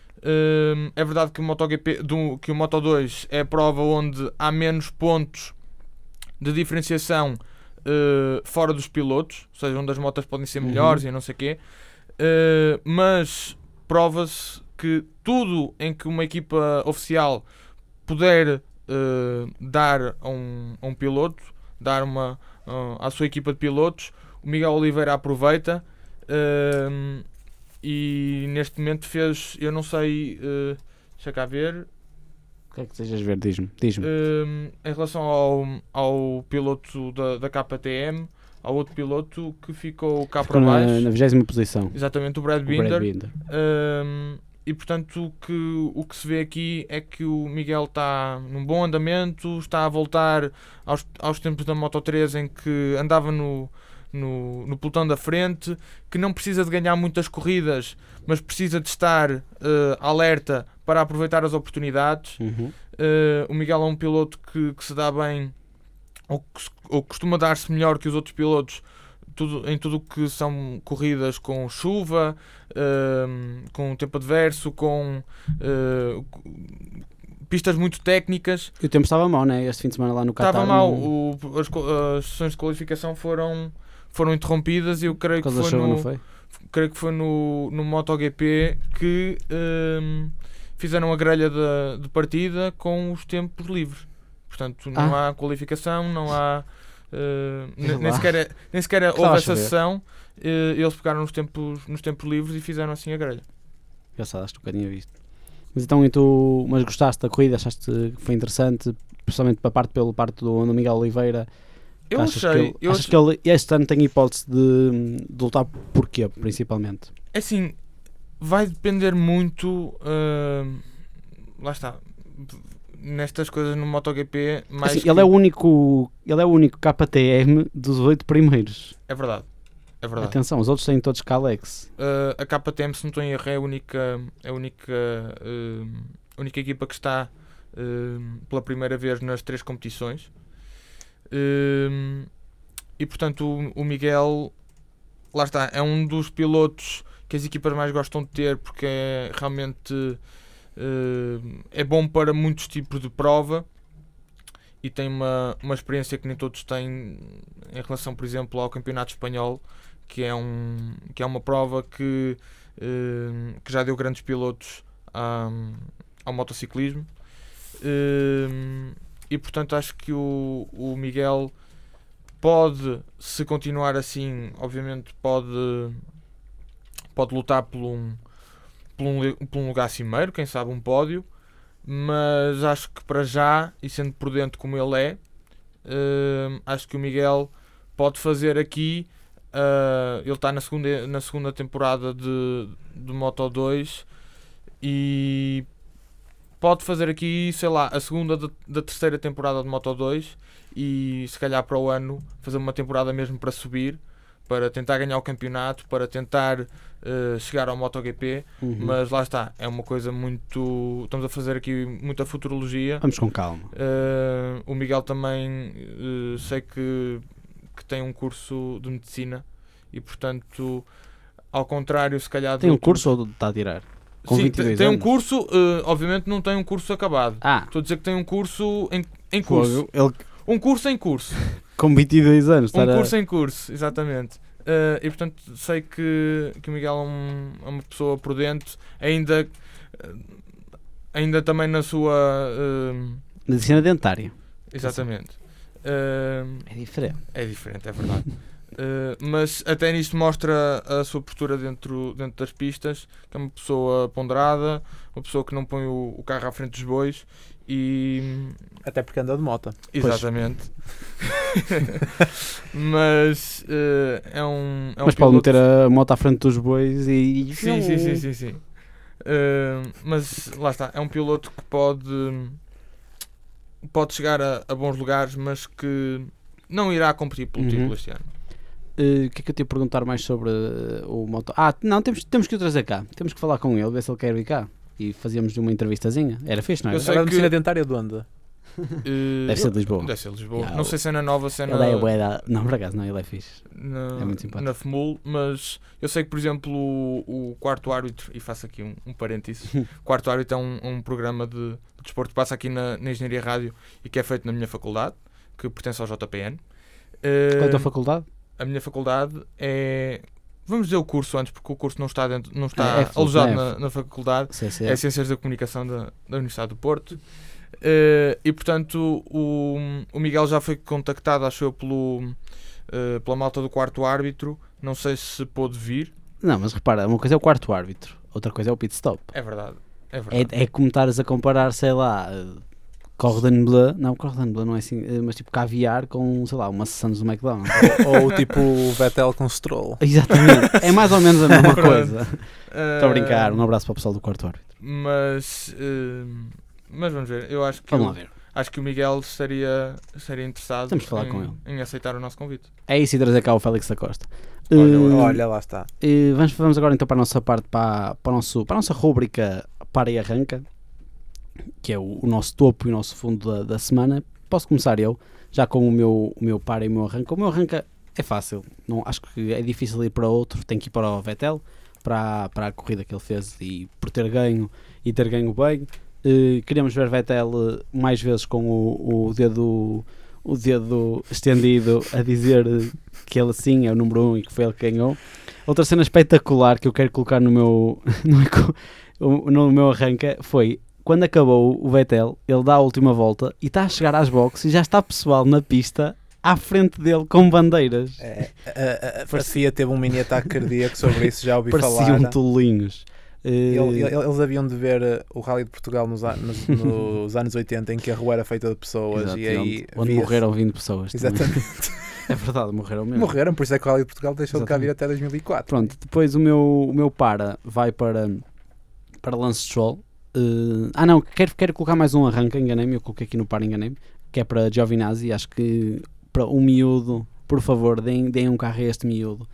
Uh, é verdade que o, MotoGP, do, que o Moto dois é a prova onde há menos pontos de diferenciação uh, fora dos pilotos, ou seja, onde as motas podem ser melhores uhum. e não sei o quê, uh, mas prova-se que tudo em que uma equipa oficial puder uh, dar a um, a um piloto, dar uma Uh, à sua equipa de pilotos, o Miguel Oliveira aproveita uh, e neste momento fez, eu não sei, uh, deixa cá ver, o que é que desejas ver? Diz-me. Diz-me. Uh, em relação ao, ao piloto da, da K T M, ao outro piloto que ficou cá ficou para baixo, na, na vigésima posição, exatamente, o Brad o Binder, Brad Binder. Uh, e portanto o que, o que se vê aqui é que o Miguel está num bom andamento, está a voltar aos, aos tempos da Moto três em que andava no, no, no pelotão da frente, que não precisa de ganhar muitas corridas, mas precisa de estar uh, alerta para aproveitar as oportunidades. Uhum. Uh, o Miguel é um piloto que, que se dá bem, ou, que, ou costuma dar-se melhor que os outros pilotos, Tudo, em tudo o que são corridas com chuva, uh, com tempo adverso, com uh, pistas muito técnicas. E o tempo estava mau, né? Este fim de semana lá no Qatar. Estava mau. No... O, as, as sessões de qualificação foram, foram interrompidas e eu creio que foi, chuva, no, não foi? creio que foi no, no MotoGP que uh, fizeram a grelha de, de partida com os tempos livres. Portanto, não ah. há qualificação, não há... Uh, nem, nem sequer, nem sequer houve essa sessão. Uh, eles pegaram nos tempos, nos tempos livres e fizeram assim a grelha. Engraçado, acho que nunca tinha visto. Mas então, e tu, mas gostaste da corrida? Achaste que foi interessante? principalmente para a parte, pela parte do, do Miguel Oliveira. Eu achas achei, que, ele, eu achas achei- que ele este ano tem hipótese de, de lutar porquê, principalmente? É assim, vai depender muito, ah, lá está, nestas coisas no MotoGP, mais Assim, que- ele é o único, ele é o único K T M dos oito primeiros. é verdade, é verdade. Atenção, os outros têm todos Kalex. Uh, a K T M, se não estou em erro, é a única, é a única, uh, única equipa que está uh, pela primeira vez nas três competições. Uh, e portanto o, o Miguel, lá está, é um dos pilotos que as equipas mais gostam de ter, porque é realmente uh, é bom para muitos tipos de prova e tem uma, uma experiência que nem todos têm em relação, por exemplo, ao Campeonato Espanhol, que é, um, que é uma prova que, eh, que já deu grandes pilotos a, ao motociclismo. Eh, e portanto acho que o, o Miguel pode, se continuar assim, obviamente pode, pode lutar por um, por um, por um lugar cimeiro, quem sabe um pódio, mas acho que para já, e sendo prudente como ele é, eh, acho que o Miguel pode fazer aqui. Uh, ele está na segunda, na segunda temporada de, de Moto dois e pode fazer aqui, sei lá, a segunda de, da terceira temporada de Moto dois e se calhar para o ano fazer uma temporada mesmo para subir, para tentar ganhar o campeonato, para tentar uh, chegar ao MotoGP, Uhum. mas lá está, é uma coisa muito... Estamos a fazer aqui muita futurologia. Vamos com calma. Uh, o Miguel também uh, sei que que tem um curso de medicina e portanto, ao contrário se calhar de Tem um outros- curso ou está a tirar? Com Sim, vinte e dois tem, tem um anos? curso, uh, obviamente não tem um curso acabado, Ah, estou a dizer que tem um curso em, em curso, fogo, ele um curso em curso, com vinte e dois anos. um estar a- curso em curso, exatamente. Uh, e portanto sei que, que o Miguel é, um- é uma pessoa prudente, ainda, uh, ainda também na sua... uh, Medicina dentária. exatamente. Uh, É diferente. É diferente, é verdade. Uh, mas até nisto mostra a sua postura dentro, dentro das pistas, que é uma pessoa ponderada, uma pessoa que não põe o, o carro à frente dos bois e... Até porque anda de moto. Exatamente. Mas uh, é um, é um Mas pode piloto- meter a moto à frente dos bois e... Sim, sim, sim, sim, sim. Uh, mas lá está, é um piloto que pode pode chegar a, a bons lugares, mas que não irá competir pelo Uhum. título este ano. Uh, O que é que eu te ia perguntar mais sobre uh, o moto? Ah, não, temos, temos que o trazer cá. Temos que falar com ele, ver se ele quer vir cá. E fazíamos uma entrevistazinha. Era fixe, não Eu era? sei Agora a que- medicina dentária de onde? Uh, Deve ser de Lisboa. Deve ser de Lisboa. Yeah, não o- sei se é na nova, se é na, Ele é bué da... Não, por acaso, não, ele é fixe. na, é muito simpático. na F M U L, mas eu sei que, por exemplo, o, o Quarto Árbitro, e faço aqui um, um parênteses, o Quarto Árbitro é um, um programa de, de desporto que passa aqui na, na Engenharia Rádio e que é feito na minha faculdade, que pertence ao J P N. Qual é a Uh, tua faculdade? a minha faculdade é... Vamos dizer o curso antes, porque o curso não está, dentro, não está É, é F, alojado não é na, F. na faculdade. C C. É Ciências da Comunicação da, da Universidade do Porto. Eh, e portanto o, o Miguel já foi contactado, acho eu, pelo, eh, pela malta do Quarto Árbitro. Não sei se pôde vir. Não, mas repara, uma coisa é o quarto árbitro, outra coisa é o pit stop. É verdade. É verdade. É, é como estares a comparar, sei lá, uh, Cordon Bleu, não, Cordon Bleu não é assim, uh, mas tipo caviar com, sei lá, uma Sands do McDonald's. Ou tipo o Vettel com Stroll. Exatamente, é mais ou menos a mesma Pronto. coisa. Eh, Estou a brincar, um abraço para o pessoal do quarto árbitro. Mas, eh, mas vamos ver. Eu acho que, Vamos o, lá ver. acho que o Miguel estaria, estaria interessado Temos que falar em, com ele. em aceitar o nosso convite. É isso e trazer cá o Félix da Costa. Olha, Uh, Olha, lá está. uh, vamos, vamos agora então para a nossa parte, para, para, o nosso, para a nossa rúbrica Para e Arranca, que é o, o nosso topo e o nosso fundo da, da semana. Posso começar eu, já com o meu, o meu Para e o meu Arranca. O meu Arranca é fácil, não, acho que é difícil ir para outro, tem que ir para o Vettel, para, para a corrida que ele fez e por ter ganho e ter ganho bem. Uh, queríamos ver Vettel uh, mais vezes com o, o dedo o dedo estendido a dizer uh, que ele sim é o número um e que foi ele que ganhou. Outra cena espetacular que eu quero colocar no meu no, meu- no meu arranca foi quando acabou o Vettel, ele dá a última volta e está a chegar às boxes e já está pessoal na pista à frente dele com bandeiras. É, a, a, a Parecia teve um mini ataque cardíaco sobre isso, já ouvi Pareciam falar. tolinhos. Eh, Ele- ele- eles haviam de ver uh, o Rally de Portugal nos, an- nos- nos anos oitenta, em que a rua era feita de pessoas exato, e aí onde, onde via-se- morreram vinte pessoas. também. Exatamente. É verdade, morreram mesmo. Morreram, por isso é que o Rally de Portugal deixou de cá vir Exatamente. até dois mil e quatro. Pronto, depois o meu, o meu para vai para, para Lance Stroll. Eh, ah não, quero, quero colocar mais um arranque, enganei-me, eu coloquei aqui no para, enganei-me, que é para Giovinazzi. Acho que para um miúdo, por favor, deem, deem um carro a este miúdo.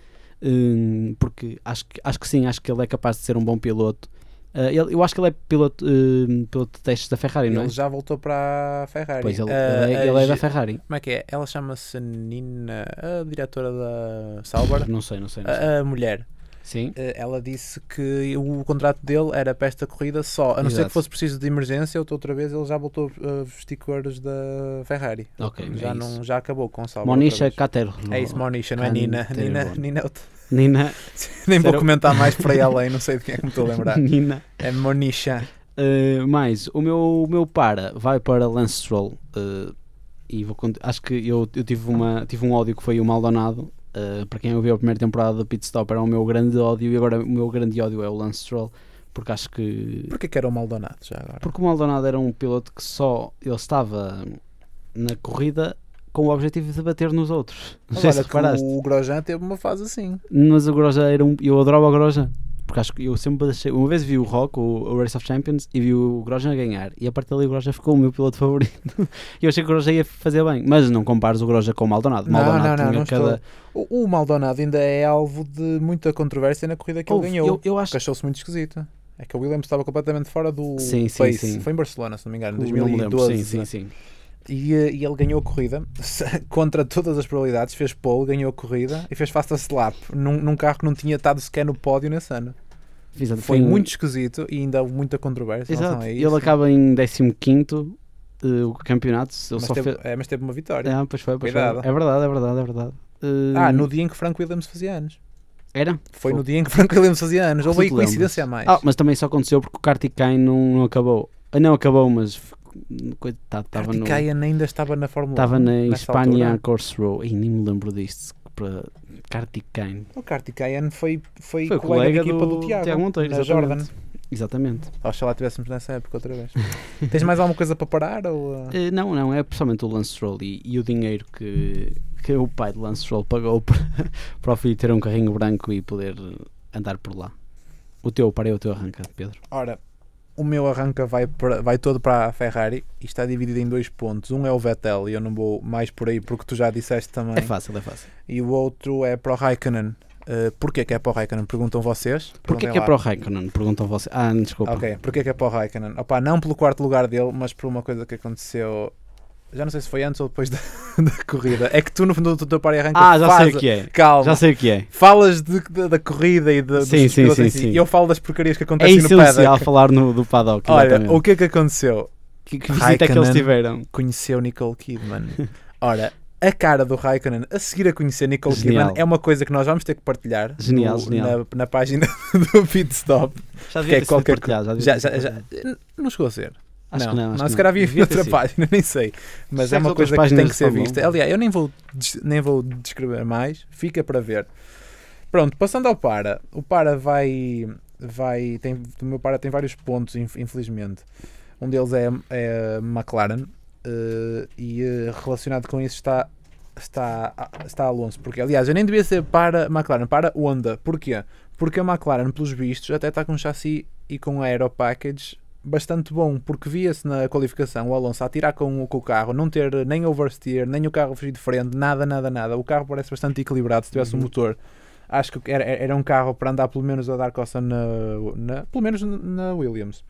Eh, porque acho que, acho que sim, acho que ele é capaz de ser um bom piloto. Eh, ele, eu acho que ele é piloto, eh, piloto de testes da Ferrari, não é? Ele já voltou para a Ferrari. Pois, ele, Uh, ele, é, a ele é da Gi- Ferrari. Como é que é? Ela chama-se Nina, a diretora da Sauber. Não sei, não sei. Não sei. A, a mulher. Sim, Uh, ela disse que o contrato dele era para esta corrida só, a não ser Exato. que fosse preciso de emergência. Outra, outra vez ele já voltou a vestir cores da Ferrari. ok. já, é não, isso. já acabou com o Sauber. Monisha outra vez. Cater. É isso, Monisha, não é Nina. Canterbury. Nina, Nina é outra. Nina. Nem vou Sério? comentar mais para ela aí, não sei de quem é que me estou a lembrar. Nina. É Monisha. Uh, mais, o meu, o meu para vai para Lance Stroll. Uh, e vou, cont- acho que eu, eu tive, uma, tive um ódio que foi o Maldonado. Uh, para quem ouviu a primeira temporada do Pit Stop, era o meu grande ódio. E agora o meu grande ódio é o Lance Stroll. Porque acho que. Porquê que era o Maldonado já agora? Porque o Maldonado era um piloto que só. Ele estava na corrida com o objetivo de bater nos outros. Não sei Olha se que reparaste. o Grosjean teve uma fase assim. Mas o Grosjean era um. Eu adorava o Grosjean. Porque acho que eu sempre deixei. Uma vez vi o Rock, o, o Race of Champions, e vi o Grosjean a ganhar. E a partir dali o Grosjean ficou o meu piloto favorito. E eu achei que o Grosjean ia fazer bem. Mas não compares o Grosjean com o Maldonado. O Não, Maldonado não, não, tinha não cada. O, o Maldonado ainda é alvo de muita controvérsia na corrida que Ouve, ele ganhou. eu, eu acho Porque achou-se muito esquisito. É que o Williams estava completamente fora do Sim, sim, pace. sim. Foi em Barcelona, se não me engano, em que. Não me lembro. dois mil e Sim, doze. sim, sim. E, eh, e ele ganhou a corrida contra todas as probabilidades. Fez pole, ganhou a corrida e fez fastest lap num, num carro que não tinha estado sequer no pódio nesse ano. Exato, Foi um- muito esquisito e ainda houve muita controvérsia. em relação Exato. a Ele isso. acaba em décimo quinto uh, o campeonato. Ele mas, só teve, fez. é, mas teve uma vitória. Ah, pois foi, pois foi. Cuidado. É verdade, é verdade, é verdade. Uh, Ah, no dia em que Frank Williams fazia anos. Era? Foi Foi. no dia em que Frank Williams fazia anos. Houve Tu aí te lembras? coincidência a mais. Ah, mas também só aconteceu porque o Kartikeyan não, não acabou. Ah, não acabou, mas f- coitado, estava no Kartikeyan ainda estava na Fórmula estava um, na nessa Espanha altura. Course Row. Ih, nem me lembro disto. Para Kartikeyan. O Kartikeyan foi, foi, Foi colega, colega de equipa do do, Tiago, Tiago Monteiro, na exatamente. Jordan. Exatamente. Oxalá estivéssemos nessa época outra vez. Tens mais alguma coisa para parar? Ou, uh? Eh, não, não, é pessoalmente o Lance Stroll e, e o dinheiro que, que o pai de Lance Stroll pagou para, para o filho ter um carrinho branco e poder andar por lá. O teu, parei o teu arranca, Pedro. Ora, o meu arranca vai, para, vai todo para a Ferrari e está dividido em dois pontos. Um é o Vettel e eu não vou mais por aí porque tu já disseste também. É fácil, é fácil. E o outro é para o Raikkonen. Uh, porquê que é para o Raikkonen? Perguntam vocês. Porquê que é para o Raikkonen? Perguntam você. Ah, desculpa. Ok, porquê que é para o Raikkonen? Opa, não pelo quarto lugar dele, mas por uma coisa que aconteceu. Já não sei se foi antes ou depois da, da corrida. É que tu no fundo do teu par e arranca. Ah, já faz- sei o que é. Calma. Já sei o que é. Falas de, de- da corrida e de, dos Sim, sim, pilotos sim, em si. sim. E eu falo das porcarias que É acontecem no essencial paddock. falar no, do paddock. Olha, exatamente. o que é que aconteceu? que, que visita é que eles Raikkonen tiveram? Conheceu Nicole Kidman. Ora, a cara do Raikkonen a seguir a conhecer Nicole Genial. Kidman é uma coisa que nós vamos ter que partilhar Genial, no- genial. Na, na página do Pit Stop. Já Que devia é ter sido qualquer partilhado. Já, devia Já, ter já, sido já, partilhado. não chegou a ser. Acho não, que não. Acho não, que se calhar havia Devia ter outra sido. página, nem sei. Mas Segue é uma outras coisa que tem páginas que ser de Fórmula vista. um. Aliás, eu nem vou, des- nem vou descrever mais, fica para ver. Pronto, passando ao para. O para vai. vai tem, o meu para tem vários pontos, inf- infelizmente. Um deles é, é a McLaren eh, e eh, relacionado com isso está. Está, está Alonso, porque aliás eu nem devia ser para McLaren, para Honda. Porquê? Porque a McLaren, pelos vistos, até está com um chassi e com um aero package bastante bom, porque via-se na qualificação o Alonso a tirar com, com o carro, não ter nem oversteer, nem o carro fugir de frente, nada, nada, nada. O carro parece bastante equilibrado se tivesse Uhum. um motor. Acho que era, era um carro para andar pelo menos a dar coça na, na, pelo menos na Williams.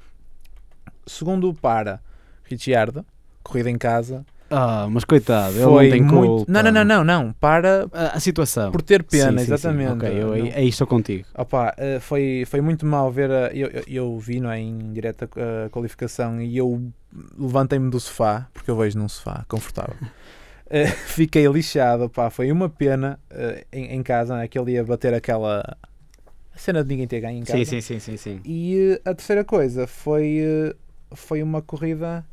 Segundo o para Ricciardo, corrida em casa, Ah, mas coitado, ele foi não tem muito. culpa. Não, não, não, não, não, para A, a situação. por ter pena, Sim, sim, sim. exatamente. Ok, eu, aí, Não- aí estou contigo. Opa, eh, foi, foi muito mal ver. A, eu, eu, eu vi, não é, em direto a, a qualificação e eu levantei-me do sofá, porque eu vejo num sofá confortável. Eh, fiquei lixado, pá, foi uma pena eh, em, em casa, né, que ele ia bater aquela a cena de ninguém ter ganho em casa. Sim, sim, sim, sim, sim. E eh, a terceira coisa foi, eh, foi uma corrida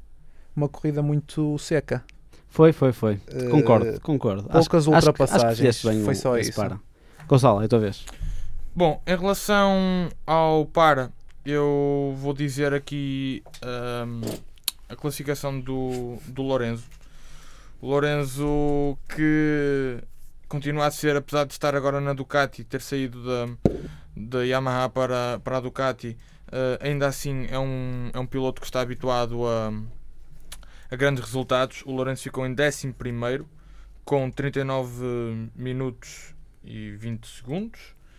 uma corrida muito seca. Foi, foi, foi. Eh, Concordo, concordo. poucas acho, acho, ultrapassagens, acho que fizeste bem foi o, só esse isso. para. Gonçalo, é a tua vez. Bom, em relação ao par, eu vou dizer aqui um, a classificação do, do Lorenzo. O Lorenzo que continua a ser, apesar de estar agora na Ducati, ter saído da, da Yamaha para, para a Ducati, uh, ainda assim é um, é um piloto que está habituado a, a grandes resultados. O Lorenzo ficou em décimo primeiro com trinta e nove minutos e vinte segundos.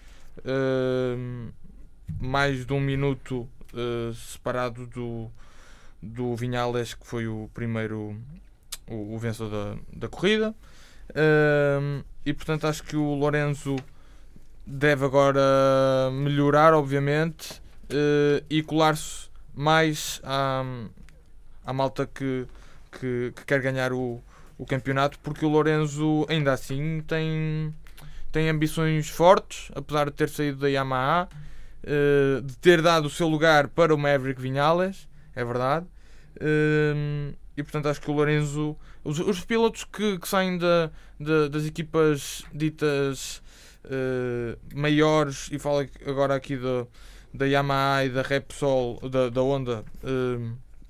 Uh, mais de um minuto uh, separado do, do Viñales, que foi o primeiro o, o vencedor da, da corrida. Uh, e portanto acho que o Lorenzo deve agora melhorar, obviamente, uh, e colar-se mais à, à malta que, que, que quer ganhar o, o campeonato, porque o Lorenzo ainda assim tem, tem ambições fortes, apesar de ter saído da Yamaha, uh, de ter dado o seu lugar para o Maverick Viñales, é verdade. Uh, e portanto acho que o Lorenzo, os, os pilotos que, que saem da, da, das equipas ditas uh, maiores, e falo agora aqui da, da Yamaha e da Repsol, da, da Honda, uh,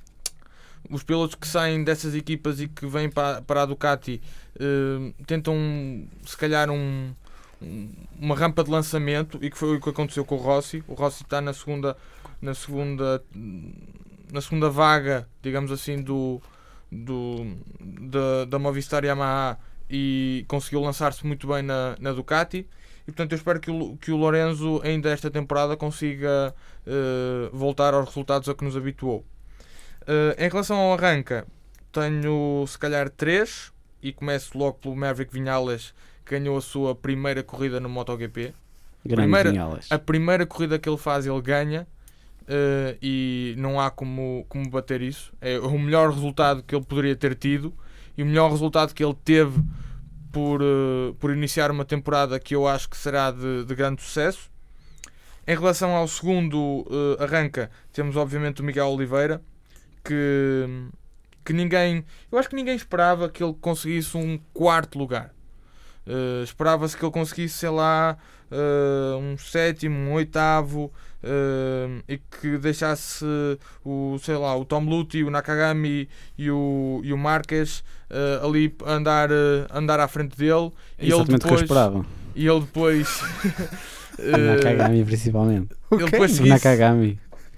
os pilotos que saem dessas equipas e que vêm para, para a Ducati uh, tentam se calhar um, um, uma rampa de lançamento, e que foi o que aconteceu com o Rossi. O Rossi está na segunda na segunda na segunda vaga, digamos assim, do, do, da, da Movistar Yamaha, e conseguiu lançar-se muito bem na, na Ducati. E portanto eu espero que o, que o Lorenzo ainda esta temporada consiga uh, voltar aos resultados a que nos habituou. Uh, em relação ao arranca, tenho se calhar três, e começo logo pelo Maverick Viñales, que ganhou a sua primeira corrida no MotoGP. Primeira, a primeira corrida que ele faz, ele ganha. Uh, e não há como, como bater isso. É o melhor resultado que ele poderia ter tido, e o melhor resultado que ele teve por, uh, por iniciar uma temporada que eu acho que será de, de grande sucesso. Em relação ao segundo uh, arranca, temos obviamente o Miguel Oliveira, que, que ninguém, eu acho que ninguém esperava que ele conseguisse um quarto lugar. Uh, esperava-se que ele conseguisse, sei lá, uh, um sétimo, um oitavo, uh, e que deixasse o, sei lá, o Tom Luthi, o Nakagami e o, e o Marques uh, ali andar, uh, andar à frente dele. É exatamente o que eu esperava. E ele depois o Nakagami principalmente. Ele depois o seguisse, Nakagami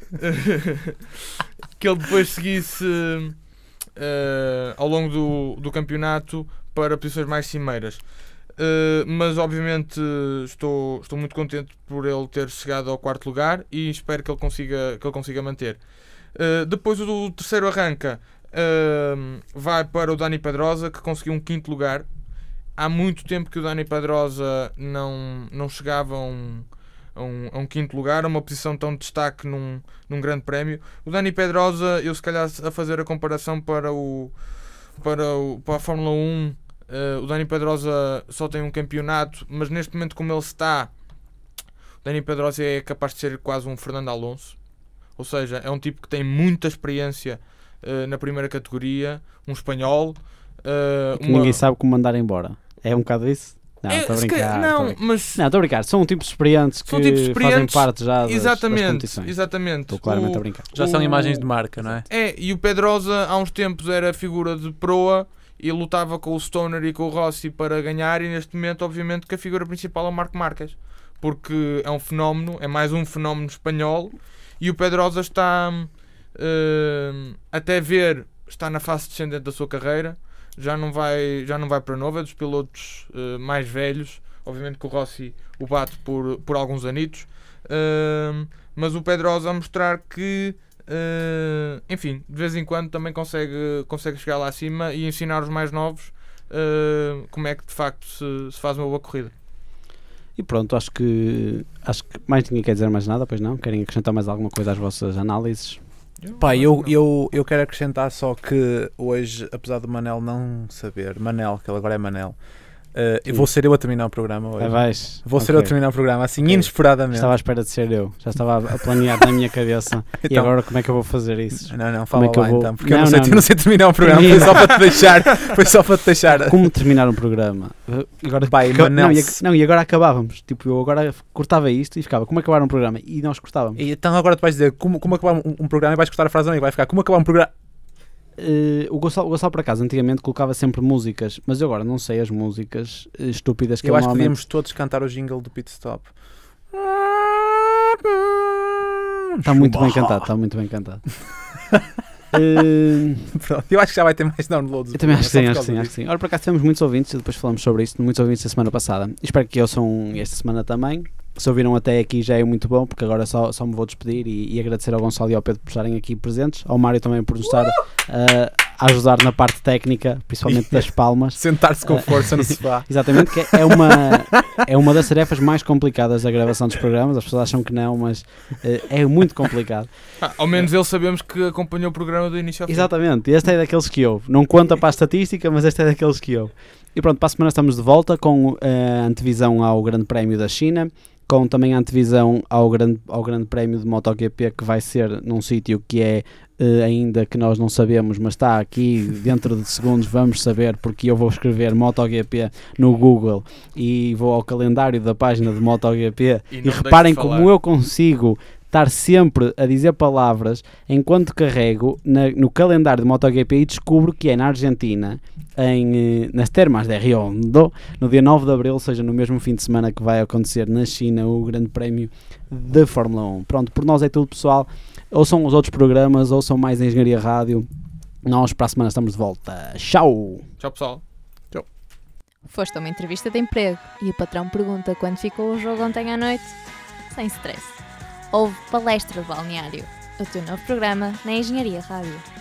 que ele depois seguisse uh, ao longo do, do campeonato para posições mais cimeiras. Uh, mas obviamente estou, estou muito contente por ele ter chegado ao quarto lugar, e espero que ele consiga, que ele consiga manter. Uh, depois o do terceiro arranca uh, vai para o Dani Pedrosa, que conseguiu um quinto lugar. Há muito tempo que o Dani Pedrosa não, não chegava a um, a, um, a um quinto lugar, a uma posição tão de destaque num, num grande prémio. O Dani Pedrosa, eu se calhar a fazer a comparação para, o, para, o, para a Fórmula um, Uh, o Dani Pedrosa só tem um campeonato, mas neste momento, como ele está, o Dani Pedrosa é capaz de ser quase um Fernando Alonso. Ou seja, é um tipo que tem muita experiência uh, na primeira categoria, um espanhol. Uh, que uma... Ninguém sabe como mandar embora. É um bocado isso? Não, estou é, a brincar. Não, tô mas... Não, estou a brincar. São tipos experientes que tipos experientes, fazem parte já das, exatamente, das competições. Exatamente. Estou claramente o, a brincar. Já o, são imagens de marca, não é? É, e o Pedrosa há uns tempos era figura de proa, e lutava com o Stoner e com o Rossi para ganhar, e neste momento obviamente que a figura principal é o Marco Marques, porque é um fenómeno, é mais um fenómeno espanhol, e o Pedrosa está uh, até ver, está na fase descendente da sua carreira, já não vai, já não vai para novo, é dos pilotos uh, mais velhos, obviamente que o Rossi o bate por, por alguns anitos, uh, mas o Pedrosa a mostrar que Uh, enfim, de vez em quando também consegue, consegue chegar lá acima e ensinar os mais novos uh, como é que de facto se, se faz uma boa corrida. E pronto, acho que acho que mais ninguém quer dizer mais nada, pois não? Querem acrescentar mais alguma coisa às vossas análises? Pá, eu, eu, eu quero acrescentar só que hoje, apesar do Manel não saber, Manel, que ele agora é Manel, Uh, eu vou ser eu a terminar o programa hoje. Ah, vais? Vou ser Ok. eu a terminar o programa, assim, Ok. inesperadamente. Estava à espera de ser eu. Já estava a planear na minha cabeça. E Então- agora como é que eu vou fazer isso? Não, não, Como fala é que eu lá vou- então, porque eu Não, não sei, não, eu não sei terminar o programa, foi Termina. só para te deixar, foi só para te deixar. Como terminar um programa? Uh, Agora, Vai, ca- Manel. não, e, ag- não, e agora acabávamos. Tipo, eu agora cortava isto e ficava, como acabar um programa? E nós cortávamos. E então agora tu vais dizer como, como acabar um, um programa e vais cortar a frase também, vai ficar como acabar um programa. Uh, o Gonçalo, o Gonçalo, por acaso, antigamente colocava sempre músicas, mas eu agora não sei as músicas uh, estúpidas que Eu ele acho que normalmente... podíamos todos cantar o jingle do Pit Stop. Está muito bem cantado, está muito bem cantado. Uh, Pronto, eu acho que já vai ter mais downloads. eu também acho que só sim, por acho que causa sim, acho disso. que sim. Ora, por acaso tivemos muitos ouvintes, e depois falamos sobre isto, muitos ouvintes a semana passada. Espero que ouçam esta semana também. Se ouviram até aqui já é muito bom, porque agora só, só me vou despedir e, e agradecer ao Gonçalo e ao Pedro por estarem aqui presentes, ao Mário também por nos estar uh, a ajudar na parte técnica, principalmente das palmas. Sentar-se com força no sofá. Exatamente, que é uma, é uma das tarefas mais complicadas da gravação dos programas. As pessoas acham que não, mas uh, é muito complicado. Ah, ao menos ele sabemos que acompanhou o programa do início ao fim. Exatamente, este é daqueles que ouve. Não conta para a estatística, mas este é daqueles que ouve. E pronto, para a semana estamos de volta com a antevisão ao Grande Prémio da China, com também a antevisão ao grande, ao grande Prémio de MotoGP, que vai ser num sítio que é uh, ainda que nós não sabemos, mas está aqui dentro de segundos, vamos saber, porque eu vou escrever MotoGP no Google e vou ao calendário da página de MotoGP E e, não reparem deixo de como falar. eu consigo estar sempre a dizer palavras enquanto carrego na- no calendário de MotoGP e descubro que é na Argentina, em, eh, nas Termas de Rio Hondo, no dia nove de Abril, ou seja, no mesmo fim de semana que vai acontecer na China o Grande Prémio de Fórmula um. Pronto, por nós é tudo, pessoal. Ouçam os outros programas, ouçam mais a Engenharia Rádio. Nós para a semana estamos de volta. Tchau! Tchau, pessoal. Foste a uma entrevista de emprego e o patrão pergunta quando ficou o jogo ontem à noite? Sem stress. Houve Palestra de Balneário, o teu novo programa na Engenharia Rádio.